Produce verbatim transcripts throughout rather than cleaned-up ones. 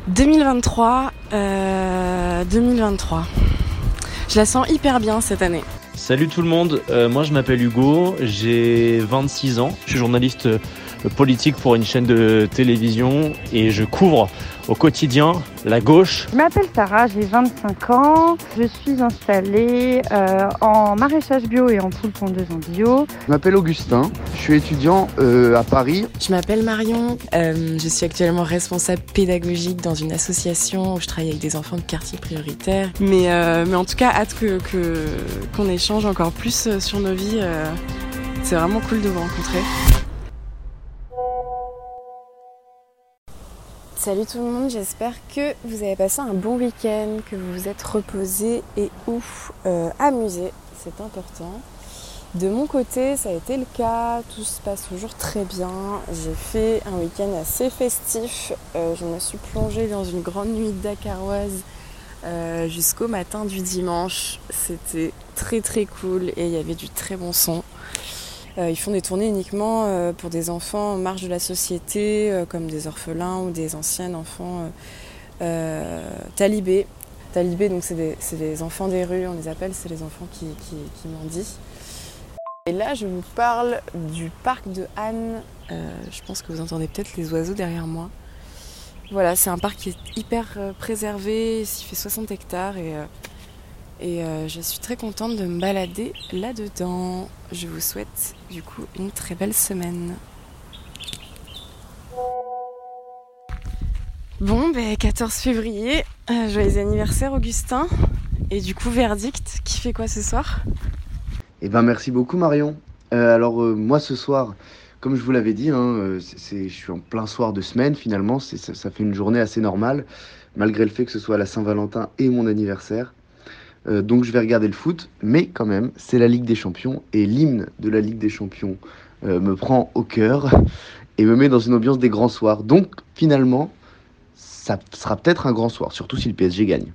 deux mille vingt-trois, euh, deux mille vingt-trois. Je la sens hyper bien cette année. Salut tout le monde, euh, moi je m'appelle Hugo, j'ai vingt-six ans, je suis journaliste euh, politique pour une chaîne de télévision et je couvre au quotidien la gauche. Je m'appelle Sarah, j'ai vingt-cinq ans, je suis installée euh, en maraîchage bio et en poule pondeuse en bio. Je m'appelle Augustin, je suis étudiant euh, à Paris. Je m'appelle Marion, euh, je suis actuellement responsable pédagogique dans une association où je travaille avec des enfants de quartier prioritaire. Mais, euh, mais en tout cas, hâte que, que, qu'on échange encore plus sur nos vies. Euh, c'est vraiment cool de vous rencontrer. Salut tout le monde, j'espère que vous avez passé un bon week-end, que vous vous êtes reposés et ou euh, amusés, c'est important. De mon côté, ça a été le cas, tout se passe toujours très bien. J'ai fait un week-end assez festif, euh, je me suis plongée dans une grande nuit dakaroise euh, jusqu'au matin du dimanche. C'était très très cool et il y avait du très bon son. Euh, ils font des tournées uniquement euh, pour des enfants en marge de la société, euh, comme des orphelins ou des anciens enfants euh, euh, talibés. Talibés, donc c'est des, c'est des enfants des rues, on les appelle, c'est les enfants qui, qui, qui mendient. Et là, je vous parle du parc de Anne. Euh, je pense que vous entendez peut-être les oiseaux derrière moi. Voilà, c'est un parc qui est hyper euh, préservé, il fait soixante hectares et... Euh, Et euh, je suis très contente de me balader là-dedans. Je vous souhaite du coup une très belle semaine. Bon, ben quatorze février, euh, joyeux anniversaire Augustin. Et du coup, verdict, qui fait quoi ce soir ? Eh ben merci beaucoup Marion. Euh, alors euh, moi ce soir, comme je vous l'avais dit, hein, euh, c'est, c'est, je suis en plein soir de semaine finalement. C'est, ça, ça fait une journée assez normale, malgré le fait que ce soit la Saint-Valentin et mon anniversaire. Euh, donc je vais regarder le foot, mais quand même, c'est la Ligue des Champions et l'hymne de la Ligue des Champions euh, me prend au cœur et me met dans une ambiance des grands soirs. Donc finalement, ça sera peut-être un grand soir, surtout si le P S G gagne.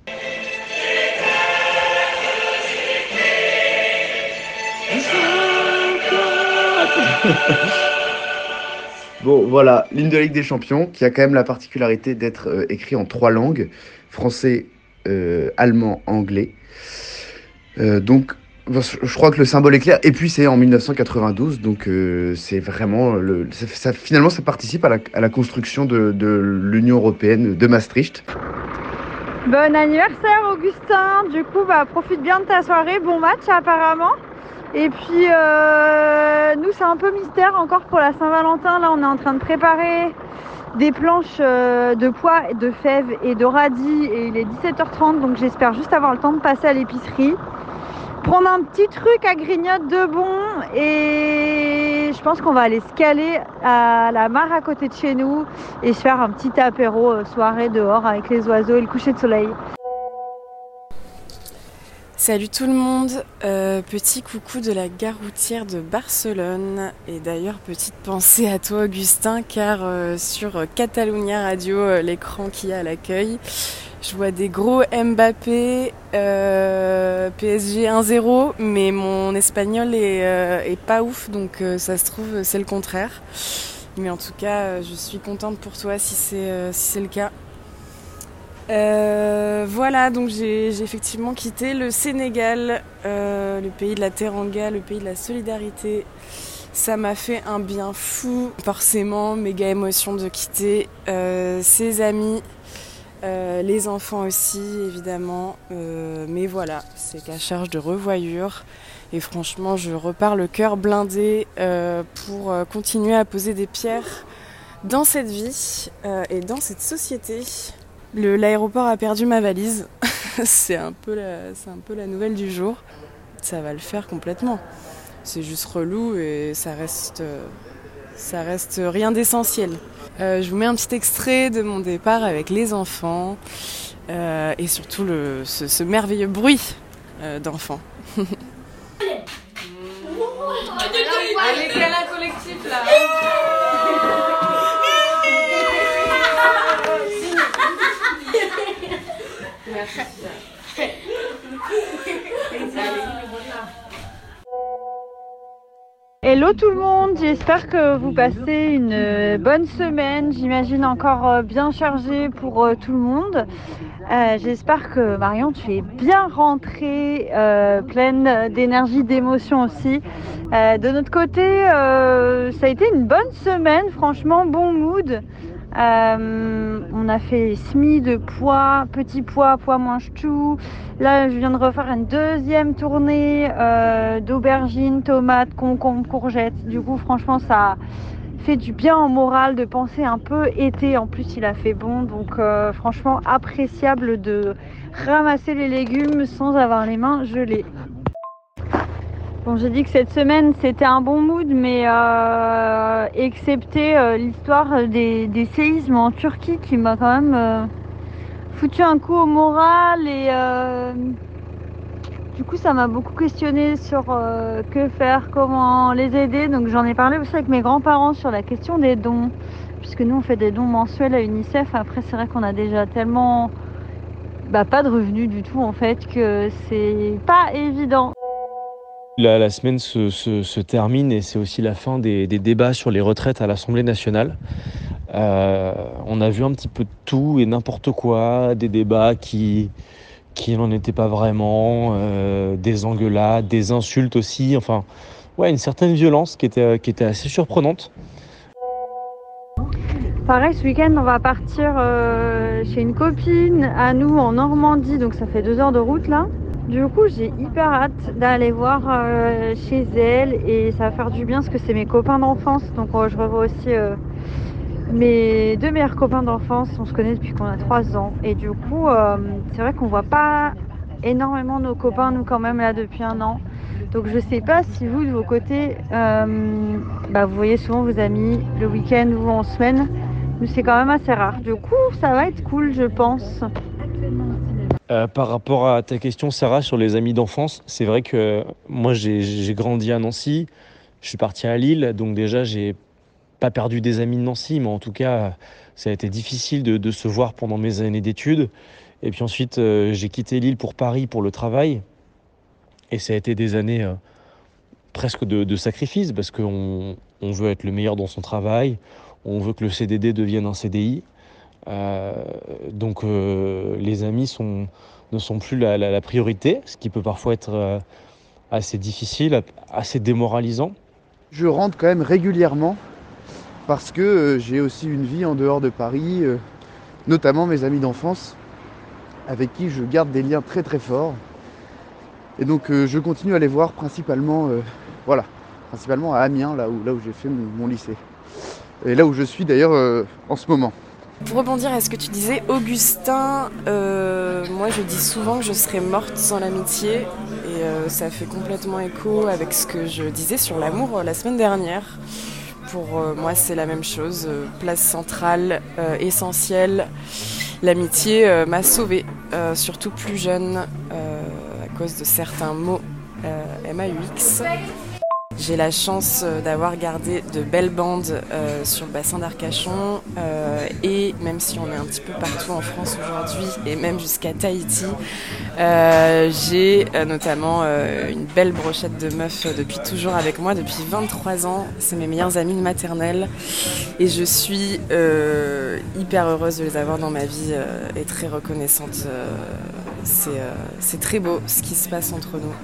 Bon voilà, l'hymne de la Ligue des Champions qui a quand même la particularité d'être euh, écrit en trois langues, français, euh, allemand, anglais. Euh, donc, je crois que le symbole est clair. Et puis, c'est en dix-neuf cent quatre-vingt-douze, donc euh, c'est vraiment le. Ça, ça, finalement, ça participe à la, à la construction de, de l'Union européenne de Maastricht. Bon anniversaire Augustin, du coup bah profite bien de ta soirée, bon match apparemment. Et puis euh, nous c'est un peu mystère encore pour la Saint-Valentin, là on est en train de préparer des planches de pois, de fèves et de radis et il est dix-sept heures trente donc j'espère juste avoir le temps de passer à l'épicerie, prendre un petit truc à grignoter de bon et je pense qu'on va aller se caler à la mare à côté de chez nous et se faire un petit apéro soirée dehors avec les oiseaux et le coucher de soleil. Salut tout le monde, euh, petit coucou de la gare routière de Barcelone et d'ailleurs petite pensée à toi Augustin car euh, sur Catalunya Radio, euh, l'écran qu'il y a à l'accueil, je vois des gros Mbappé, euh, P S G un zéro mais mon espagnol est, euh, est pas ouf donc euh, ça se trouve c'est le contraire. Mais en tout cas euh, je suis contente pour toi si c'est, euh, si c'est le cas. Euh, voilà, donc j'ai, j'ai effectivement quitté le Sénégal, euh, le pays de la teranga, le pays de la solidarité. Ça m'a fait un bien fou, forcément, méga émotion de quitter euh, ses amis, euh, les enfants aussi évidemment. Euh, mais voilà, c'est qu'à charge de revoyure. Et franchement, je repars le cœur blindé euh, pour continuer à poser des pierres dans cette vie euh, et dans cette société. Le, l'aéroport a perdu ma valise, c'est, un peu la, c'est un peu la nouvelle du jour. Ça va le faire complètement. C'est juste relou et ça reste, ça reste rien d'essentiel. Euh, je vous mets un petit extrait de mon départ avec les enfants euh, et surtout le, ce, ce merveilleux bruit euh, d'enfants. Allez, câlin collectif là. Hello tout le monde, j'espère que vous passez une bonne semaine, j'imagine encore bien chargée pour tout le monde. Euh, j'espère que Marion, tu es bien rentrée, euh, pleine d'énergie, d'émotion aussi. Euh, de notre côté, euh, ça a été une bonne semaine, franchement, bon mood. Euh, on a fait semis de pois, petit pois, pois mange tout. Là, je viens de refaire une deuxième tournée euh, d'aubergines, tomates, concombres, courgettes. Du coup, franchement, ça fait du bien au moral de penser un peu été. En plus, il a fait bon, donc euh, franchement, appréciable de ramasser les légumes sans avoir les mains gelées. Bon, j'ai dit que cette semaine c'était un bon mood, mais euh, excepté euh, l'histoire des, des séismes en Turquie qui m'a quand même euh, foutu un coup au moral et euh, du coup ça m'a beaucoup questionné sur euh, que faire, comment les aider. Donc j'en ai parlé aussi avec mes grands-parents sur la question des dons, puisque nous on fait des dons mensuels à UNICEF. Après c'est vrai qu'on a déjà tellement bah, pas de revenus du tout en fait que c'est pas évident. La, la semaine se, se, se termine et c'est aussi la fin des, des débats sur les retraites à l'Assemblée nationale. Euh, on a vu un petit peu de tout et n'importe quoi, des débats qui, qui n'en étaient pas vraiment, euh, des engueulades, des insultes aussi, enfin, ouais, une certaine violence qui était, qui était assez surprenante. Pareil, ce week-end, on va partir euh, chez une copine à nous en Normandie, donc ça fait deux heures de route là. Du coup, j'ai hyper hâte d'aller voir euh, chez elle et ça va faire du bien parce que c'est mes copains d'enfance. Donc euh, je revois aussi euh, mes deux meilleurs copains d'enfance. On se connaît depuis qu'on a trois ans. Et du coup, euh, c'est vrai qu'on voit pas énormément nos copains, nous quand même, là depuis un an. Donc je sais pas si vous, de vos côtés, euh, bah, vous voyez souvent vos amis le week-end ou en semaine. Nous, c'est quand même assez rare. Du coup, ça va être cool, je pense. Euh, par rapport à ta question, Sarah, sur les amis d'enfance, c'est vrai que moi, j'ai, j'ai grandi à Nancy, je suis parti à Lille, donc déjà, j'ai pas perdu des amis de Nancy, mais en tout cas, ça a été difficile de, de se voir pendant mes années d'études. Et puis ensuite, euh, j'ai quitté Lille pour Paris pour le travail, et ça a été des années euh, presque de, de sacrifice, parce qu'on on veut être le meilleur dans son travail, on veut que le C D D devienne un C D I. Euh, donc euh, les amis sont, ne sont plus la, la, la priorité, ce qui peut parfois être euh, assez difficile, assez démoralisant. Je rentre quand même régulièrement parce que euh, j'ai aussi une vie en dehors de Paris, euh, notamment mes amis d'enfance avec qui je garde des liens très très forts. Et donc euh, je continue à les voir principalement, euh, voilà, principalement à Amiens, là où, là où j'ai fait mon, mon lycée. Et là où je suis d'ailleurs euh, en ce moment. Pour rebondir à ce que tu disais, Augustin, euh, moi je dis souvent que je serais morte sans l'amitié et euh, ça fait complètement écho avec ce que je disais sur l'amour euh, la semaine dernière. Pour euh, moi c'est la même chose, euh, place centrale, euh, essentielle. L'amitié euh, m'a sauvée, euh, surtout plus jeune, euh, à cause de certains mots euh, M A U X. J'ai la chance d'avoir gardé de belles bandes euh, sur le bassin d'Arcachon euh, et même si on est un petit peu partout en France aujourd'hui et même jusqu'à Tahiti, euh, j'ai euh, notamment euh, une belle brochette de meufs depuis toujours avec moi, depuis vingt-trois ans. C'est mes meilleures amies de maternelle et je suis euh, hyper heureuse de les avoir dans ma vie euh, et très reconnaissante. Euh, c'est, euh, c'est très beau ce qui se passe entre nous.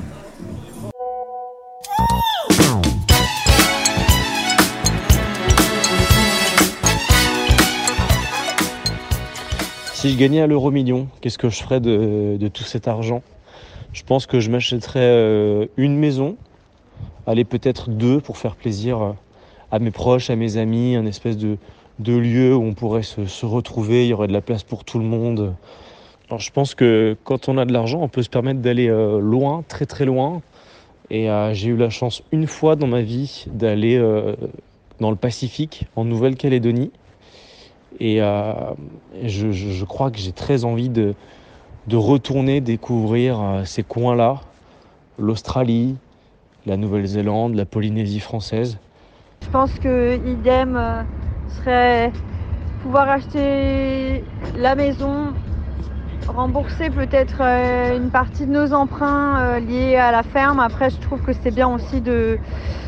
Si je gagnais à l'euro million, qu'est-ce que je ferais de, de tout cet argent ? Je pense que je m'achèterais euh, une maison, allez peut-être deux pour faire plaisir à mes proches, à mes amis, un espèce de, de lieu où on pourrait se, se retrouver, il y aurait de la place pour tout le monde. Alors, je pense que quand on a de l'argent, on peut se permettre d'aller euh, loin, très très loin. Et euh, j'ai eu la chance une fois dans ma vie d'aller euh, dans le Pacifique, en Nouvelle-Calédonie. Et euh, je, je, je crois que j'ai très envie de, de retourner découvrir euh, ces coins-là, l'Australie, la Nouvelle-Zélande, la Polynésie française. Je pense que idem euh, serait pouvoir acheter la maison, rembourser peut-être euh, une partie de nos emprunts euh, liés à la ferme. Après, je trouve que c'est bien aussi de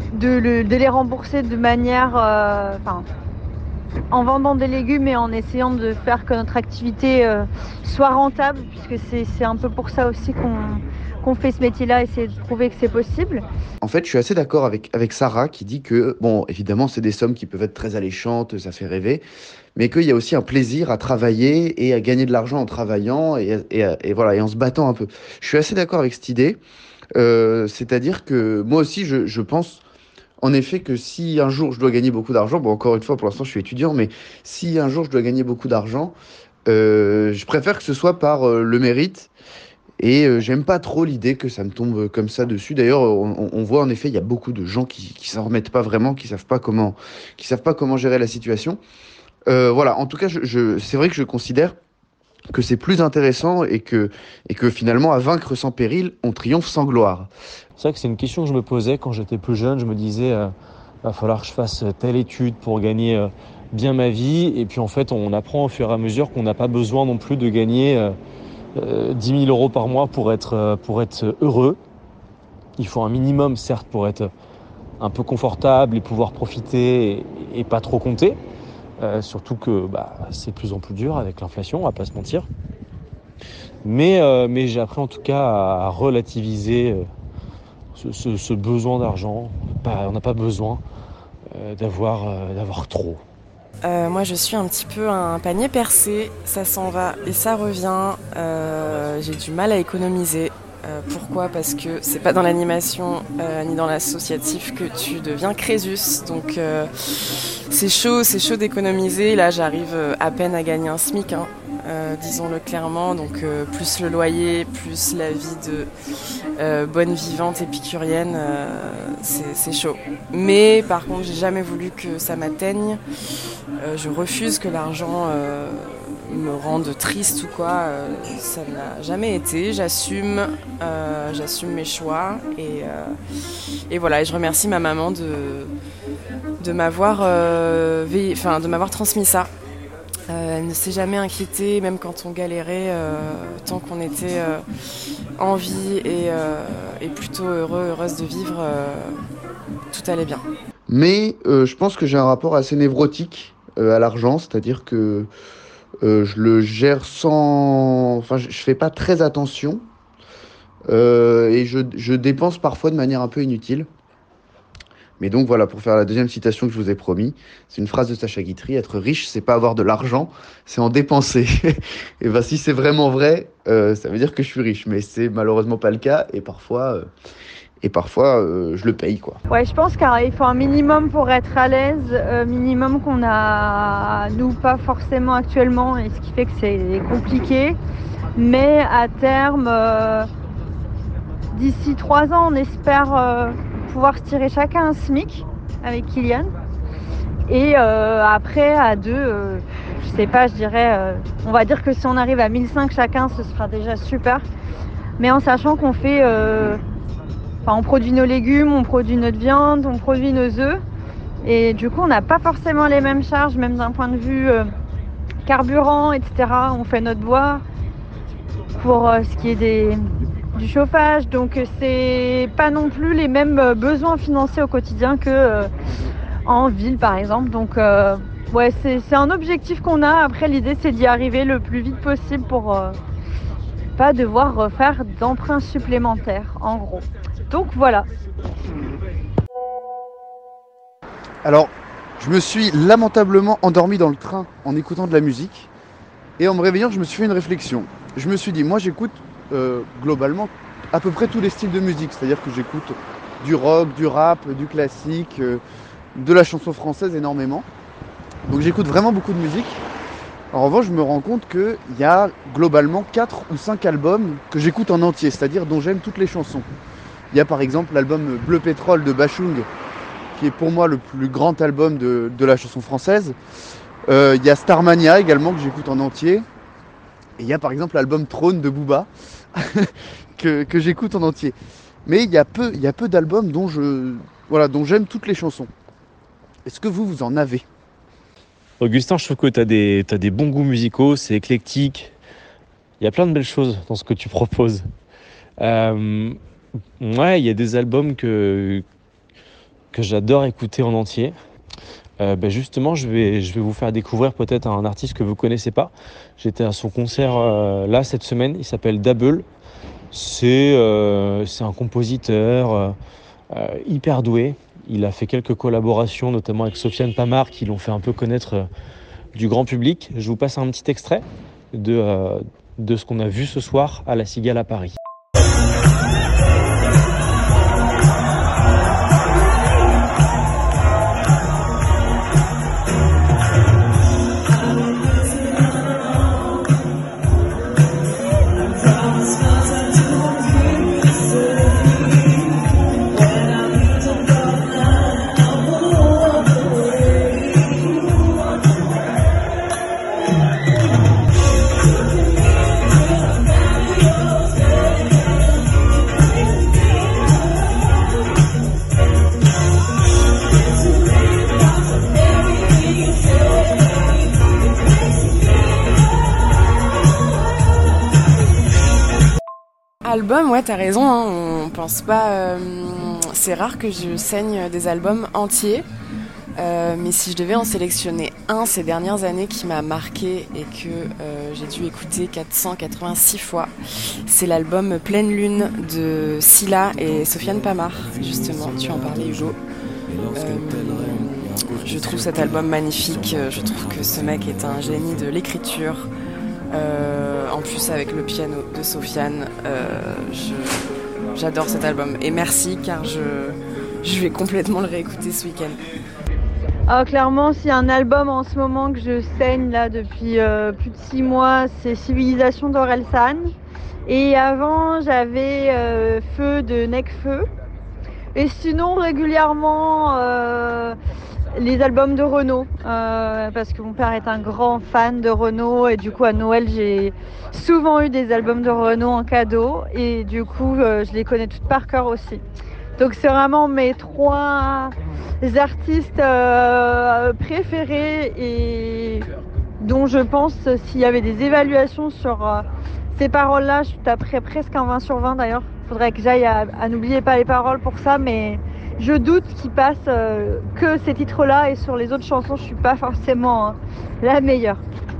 de, le, de les rembourser de manière, euh, enfin, en vendant des légumes et en essayant de faire que notre activité euh, soit rentable, puisque c'est, c'est un peu pour ça aussi qu'on, qu'on fait ce métier-là, essayer de prouver que c'est possible. En fait, je suis assez d'accord avec, avec Sarah qui dit que, bon, évidemment, c'est des sommes qui peuvent être très alléchantes, ça fait rêver, mais qu'il y a aussi un plaisir à travailler et à gagner de l'argent en travaillant et, et, et voilà, et en se battant un peu. Je suis assez d'accord avec cette idée, euh, c'est-à-dire que moi aussi, je, je pense en effet que si un jour je dois gagner beaucoup d'argent, bon, encore une fois, pour l'instant, je suis étudiant, mais si un jour je dois gagner beaucoup d'argent, euh, je préfère que ce soit par euh, le mérite. Et euh, j'aime pas trop l'idée que ça me tombe comme ça dessus. D'ailleurs, on, on voit en effet, il y a beaucoup de gens qui, qui s'en remettent pas vraiment, qui savent pas comment, qui savent pas comment gérer la situation. Euh, voilà. En tout cas, je, je, c'est vrai que je considère que c'est plus intéressant et que, et que finalement, à vaincre sans péril, on triomphe sans gloire. C'est vrai que c'est une question que je me posais quand j'étais plus jeune. Je me disais, euh, va falloir que je fasse telle étude pour gagner euh, bien ma vie. Et puis en fait, on apprend au fur et à mesure qu'on n'a pas besoin non plus de gagner euh, euh, dix mille euros par mois pour être, euh, pour être heureux. Il faut un minimum, certes, pour être un peu confortable et pouvoir profiter et, et pas trop compter. Euh, surtout que bah, c'est de plus en plus dur avec l'inflation, on va pas se mentir. Mais, euh, mais j'ai appris en tout cas à relativiser euh, ce, ce, ce besoin d'argent. Pas, on n'a pas besoin euh, d'avoir, euh, d'avoir trop. Euh, moi je suis un petit peu un panier percé, ça s'en va et ça revient. Euh, j'ai du mal à économiser. Euh, pourquoi ? Parce que c'est pas dans l'animation euh, ni dans l'associatif que tu deviens Crésus. Donc euh, c'est chaud, c'est chaud d'économiser. Là j'arrive à peine à gagner un SMIC, hein, euh, disons-le clairement. Donc euh, plus le loyer, plus la vie de euh, bonne vivante épicurienne, euh, c'est, c'est chaud. Mais par contre j'ai jamais voulu que ça m'atteigne. Euh, je refuse que l'argent euh, me rende triste ou quoi. Euh, ça n'a jamais été. J'assume, euh, j'assume mes choix et, euh, et voilà. Et je remercie ma maman de de m'avoir, euh, veillé, enfin de m'avoir transmis ça. Euh, elle ne s'est jamais inquiétée, même quand on galérait, euh, tant qu'on était euh, en vie et, euh, et plutôt heureux, heureuse de vivre, euh, tout allait bien. Mais euh, je pense que j'ai un rapport assez névrotique euh, à l'argent, c'est-à-dire que euh, je le gère sans... Enfin, je, je fais pas très attention euh, et je, je dépense parfois de manière un peu inutile. Mais donc voilà, pour faire la deuxième citation que je vous ai promis, c'est une phrase de Sacha Guitry: être riche, c'est pas avoir de l'argent, c'est en dépenser. Et ben si c'est vraiment vrai, euh, ça veut dire que je suis riche, mais c'est malheureusement pas le cas et parfois, euh, et parfois euh, je le paye quoi. Ouais, je pense qu'il faut un minimum pour être à l'aise, euh, minimum qu'on a nous pas forcément actuellement, et ce qui fait que c'est compliqué. Mais à terme, euh, d'ici trois ans, on espère euh, pouvoir se tirer chacun un SMIC avec Kylian. Et euh, après, à deux, euh, je sais pas, je dirais, euh, on va dire que si on arrive à mille cinq chacun, ce sera déjà super. Mais en sachant qu'on fait, euh, enfin, on produit nos légumes, on produit notre viande, on produit nos œufs. Et du coup, on n'a pas forcément les mêmes charges, même d'un point de vue euh, carburant, et cetera. On fait notre bois pour euh, ce qui est des... du chauffage, donc c'est pas non plus les mêmes besoins financiers au quotidien que euh, en ville par exemple. Donc euh, ouais, c'est, c'est un objectif qu'on a. Après, l'idée c'est d'y arriver le plus vite possible pour euh, pas devoir refaire d'emprunts supplémentaires en gros. Donc voilà. Alors, je me suis lamentablement endormi dans le train en écoutant de la musique et en me réveillant, je me suis fait une réflexion. Je me suis dit, moi j'écoute Euh, globalement à peu près tous les styles de musique, c'est-à-dire que j'écoute du rock, du rap, du classique, euh, de la chanson française énormément, donc j'écoute vraiment beaucoup de musique. En revanche, je me rends compte qu'il y a globalement quatre ou cinq albums que j'écoute en entier, c'est-à-dire dont j'aime toutes les chansons. Il y a par exemple l'album Bleu Pétrole de Bachung, qui est pour moi le plus grand album de, de la chanson française. Euh, il y a Starmania également que j'écoute en entier. Et il y a par exemple l'album Trône de Booba que, que j'écoute en entier. Mais il y a peu, il y a peu d'albums dont, je, voilà, dont j'aime toutes les chansons. Est-ce que vous, vous en avez ? Augustin, je trouve que tu as des, t'as des bons goûts musicaux, c'est éclectique. Il y a plein de belles choses dans ce que tu proposes. Euh, ouais, il y a des albums que, que j'adore écouter en entier. Euh, ben justement, je vais, je vais vous faire découvrir peut-être un artiste que vous ne connaissez pas. J'étais à son concert euh, là cette semaine, il s'appelle Dabble. C'est, euh, c'est un compositeur euh, euh, hyper doué. Il a fait quelques collaborations, notamment avec Sofiane Pamart, qui l'ont fait un peu connaître euh, du grand public. Je vous passe un petit extrait de, euh, de ce qu'on a vu ce soir à la Cigale à Paris. Album, ouais, t'as raison, hein, on pense pas. Euh, c'est rare que je saigne des albums entiers, euh, mais si je devais en sélectionner un ces dernières années qui m'a marqué et que euh, j'ai dû écouter quatre cent quatre-vingt-six fois, c'est l'album Pleine Lune de Scylla et Sofiane Pamart, justement, tu en parlais, Hugo. Euh, je trouve cet album magnifique, je trouve que ce mec est un génie de l'écriture. Euh, en plus avec le piano de Sofiane, euh, je, j'adore cet album et merci car je, je vais complètement le réécouter ce week-end. Ah, clairement, s'il y a un album en ce moment que je saigne là depuis euh, plus de six mois, c'est Civilisation d'Orelsan. Et avant, j'avais euh, Feu de Nekfeu. Et sinon, régulièrement, euh, les albums de Renaud, euh, parce que mon père est un grand fan de Renaud et du coup à Noël j'ai souvent eu des albums de Renaud en cadeau et du coup euh, je les connais toutes par cœur aussi. Donc c'est vraiment mes trois artistes euh, préférés et dont je pense s'il y avait des évaluations sur euh, ces paroles-là, je taperais presque un vingt sur vingt d'ailleurs. Faudrait que j'aille à, à N'oubliez pas les paroles pour ça, mais je doute qu'ils passent euh, que ces titres-là et sur les autres chansons, je suis pas forcément hein, la meilleure.